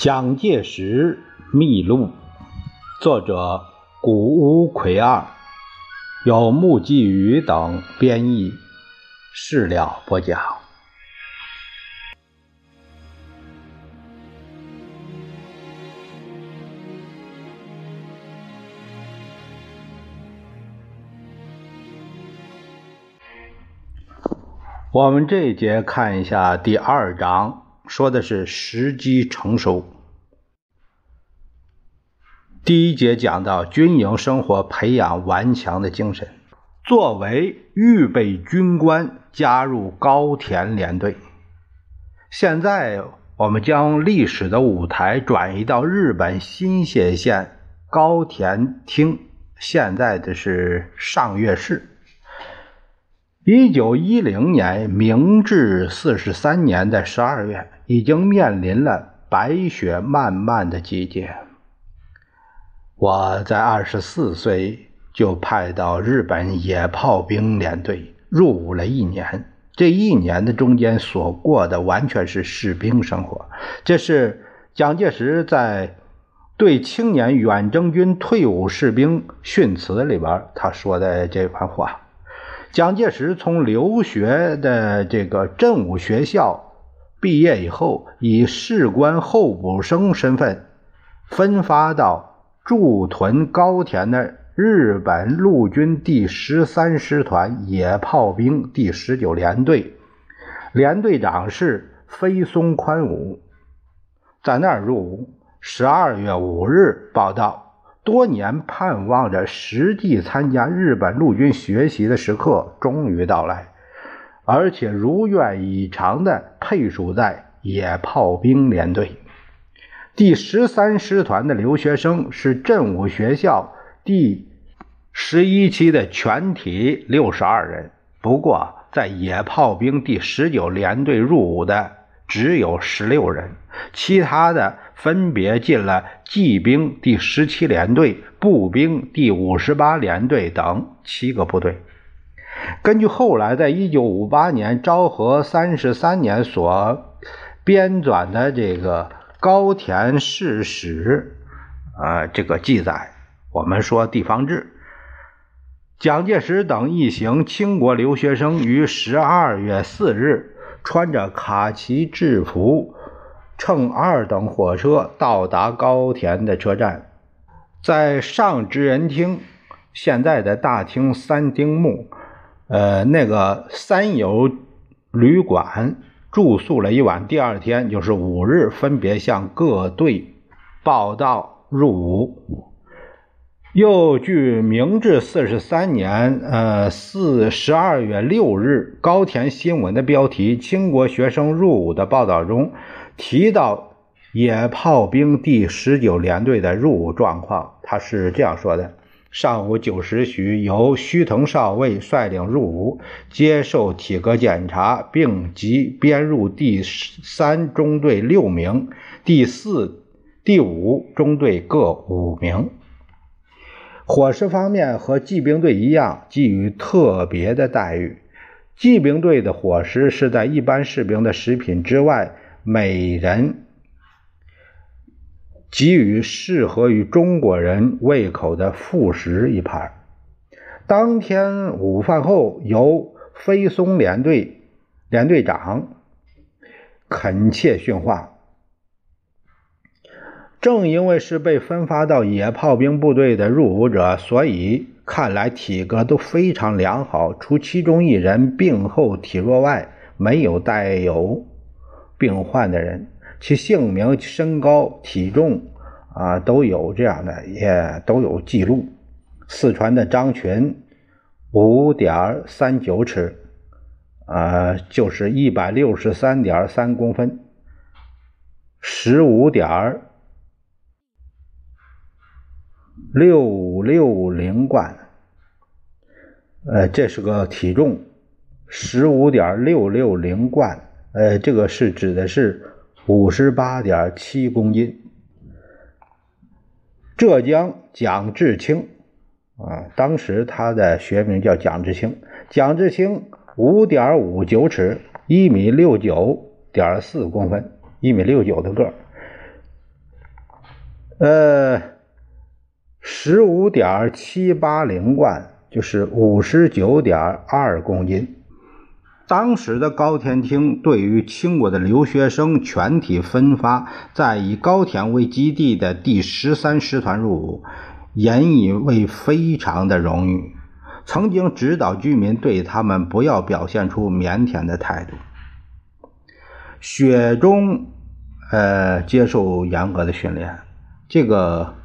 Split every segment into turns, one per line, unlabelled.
蒋介石秘录，作者谷乌奎二，由穆继宇等编译，事了播讲。我们这一节看一下第2章，说的是时机成熟。第1节讲到军营生活培养顽强的精神，作为预备军官加入高田联队。现在我们将历史的舞台转移到日本新泻县高田町，现在的是上越市。1910年明治43年的12月，已经面临了白雪漫漫的季节。我在24岁就派到日本野炮兵联队入伍了1年，这1年的中间所过的完全是士兵生活。这是蒋介石在对青年远征军退伍士兵训词里边他说的这番话。蒋介石从留学的这个振武学校毕业以后，以士官候补生身份分发到驻屯高田的日本陆军第13师团野炮兵第19联队，联队长是飞松宽武，在那儿入伍。12月5日报道，多年盼望着实际参加日本陆军学习的时刻终于到来，而且如愿以偿地配属在野炮兵联队。第13师团的留学生是振武学校第11期的全体62人，不过在野炮兵第19联队入伍的只有16人，其他的分别进了骑兵第17联队、步兵第58联队等7个部队。根据后来在1958年昭和33年所编纂的这个高田市史这个记载，我们说地方志，蒋介石等一行清国留学生于12月4日穿着卡其制服，乘2等火车到达高田的车站，在上职人厅（现在的大厅三丁目）那个三友旅馆住宿了1晚。第2天就是5日，分别向各队报到入伍。又据明治43年12月6日高田新闻的标题，清国学生入伍的报道中提到野炮兵第19联队的入伍状况。他是这样说的：上午9时许，由须藤少尉率领入伍，接受体格检查，并即编入第3中队6名，第4、第5中队各5名。伙食方面和骑兵队一样，给予特别的待遇。骑兵队的伙食是在一般士兵的食品之外，每人给予适合于中国人胃口的副食一盘。当天午饭后，由飞松联队联队长恳切训话。正因为是被分发到野炮兵部队的入伍者，所以看来体格都非常良好，除其中1人病后体弱外，没有带有病患的人，其姓名、身高、体重都有这样的，也都有记录。四川的张群 5.39 尺就是 163.3 公分， 15.660贯，这是个体重 15.660 贯，这个是指的是 58.7 公斤。浙江蒋志清当时他的学名叫蒋志清。蒋志清 5.59 尺，1米69.4公分，1米69的个儿。 15.780贯，就是59.2公斤。当时的高田厅对于清国的留学生全体分发在以高田为基地的第13师团入伍，引以为非常的荣誉，曾经指导居民对他们不要表现出腼腆的态度。雪中接受严格的训练，这个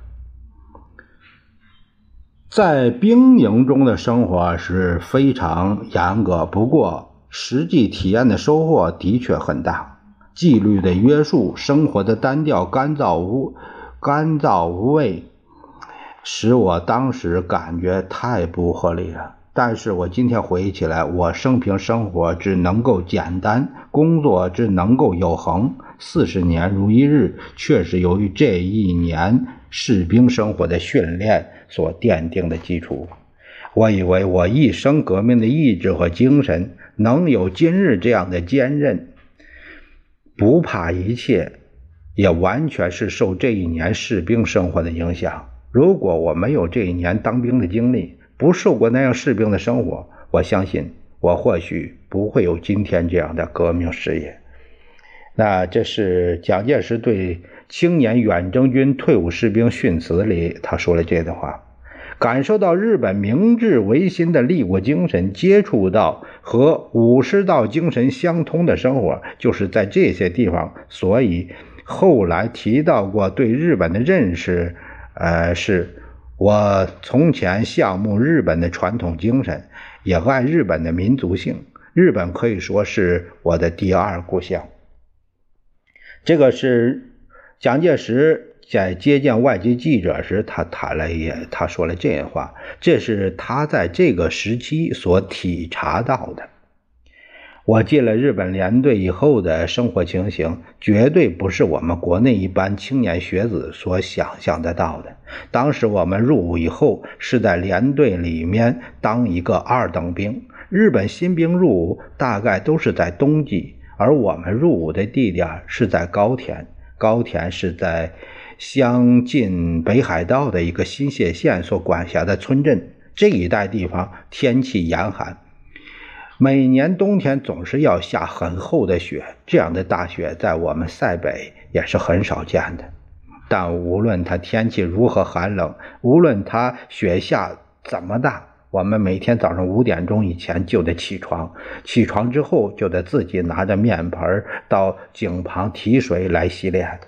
在兵营中的生活是非常严格，不过实际体验的收获的确很大。纪律的约束，生活的单调干燥无味，使我当时感觉太不合理了。但是我今天回忆起来，我生平生活只能够简单，工作只能够有恒，40年如一日，确实由于这一年士兵生活的训练所奠定的基础。我以为我一生革命的意志和精神能有今日这样的坚韧，不怕一切，也完全是受这一年士兵生活的影响。如果我没有这一年当兵的经历，不受过那样士兵的生活，我相信我或许不会有今天这样的革命事业。那这是蒋介石对青年远征军退伍士兵训词里他说了这段话。感受到日本明治维新的立国精神，接触到和武士道精神相通的生活，就是在这些地方。所以后来提到过对日本的认识，是我从前羡慕日本的传统精神，也爱日本的民族性。日本可以说是我的第二故乡。这个是蒋介石在接见外籍记者时他说了这话，这是他在这个时期所体察到的。我进了日本联队以后的生活情形，绝对不是我们国内一般青年学子所想象得到的。当时我们入伍以后，是在联队里面当一个二等兵。日本新兵入伍大概都是在冬季，而我们入伍的地点是在高田。高田是在相近北海道的一个新泻县所管辖的村镇。这一带地方天气严寒，每年冬天总是要下很厚的雪，这样的大雪在我们塞北也是很少见的。但无论它天气如何寒冷，无论它雪下怎么大，我们每天早上5点钟以前就得起床，起床之后就得自己拿着面盆到井旁提水来洗脸。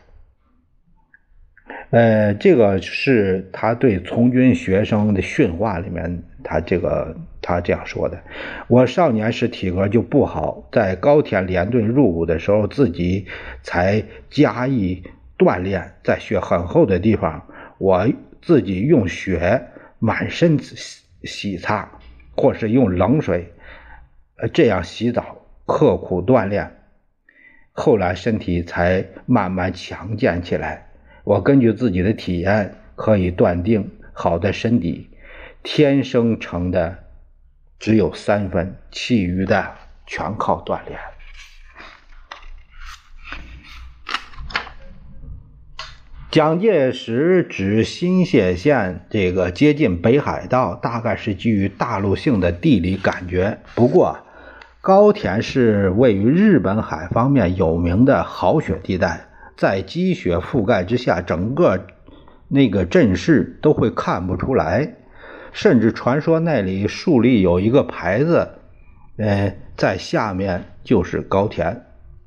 这个是他对从军学生的训话里面，他这样说的。我少年时体格就不好，在高田联队入伍的时候，自己才加以锻炼，在雪很厚的地方，我自己用雪满身洗擦，或是用冷水这样洗澡，刻苦锻炼，后来身体才慢慢强健起来。我根据自己的体验可以断定，好的身体天生成的只有3分，其余的全靠锻炼。蒋介石指新泻县这个接近北海道，大概是基于大陆性的地理感觉。不过高田是位于日本海方面有名的好雪地带，在积雪覆盖之下，整个那个阵势都会看不出来，甚至传说那里树立有一个牌子，在下面就是高田。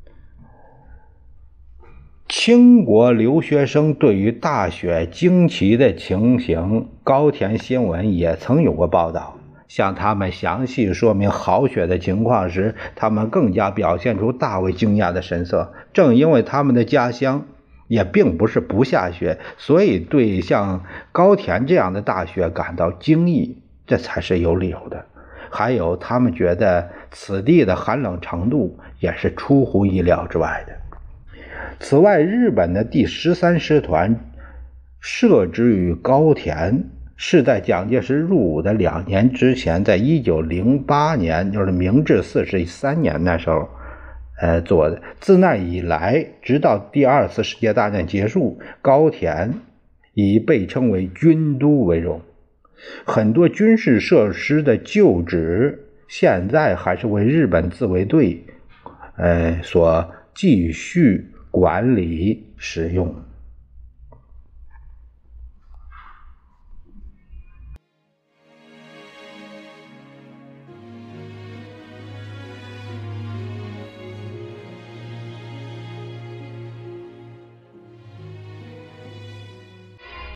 清国留学生对于大雪惊奇的情形，高田新闻也曾有过报道。向他们详细说明好雪的情况时，他们更加表现出大为惊讶的神色。正因为他们的家乡也并不是不下雪，所以对像高田这样的大雪感到惊异，这才是有理由的。还有他们觉得此地的寒冷程度也是出乎意料之外的。此外，日本的第13师团设置于高田，是在蒋介石入伍的2年之前，在1908年，就是明治43年那时候做的。自那以来，直到第2次世界大战结束，高田以被称为军都为荣。很多军事设施的旧址现在还是为日本自卫队所继续管理使用。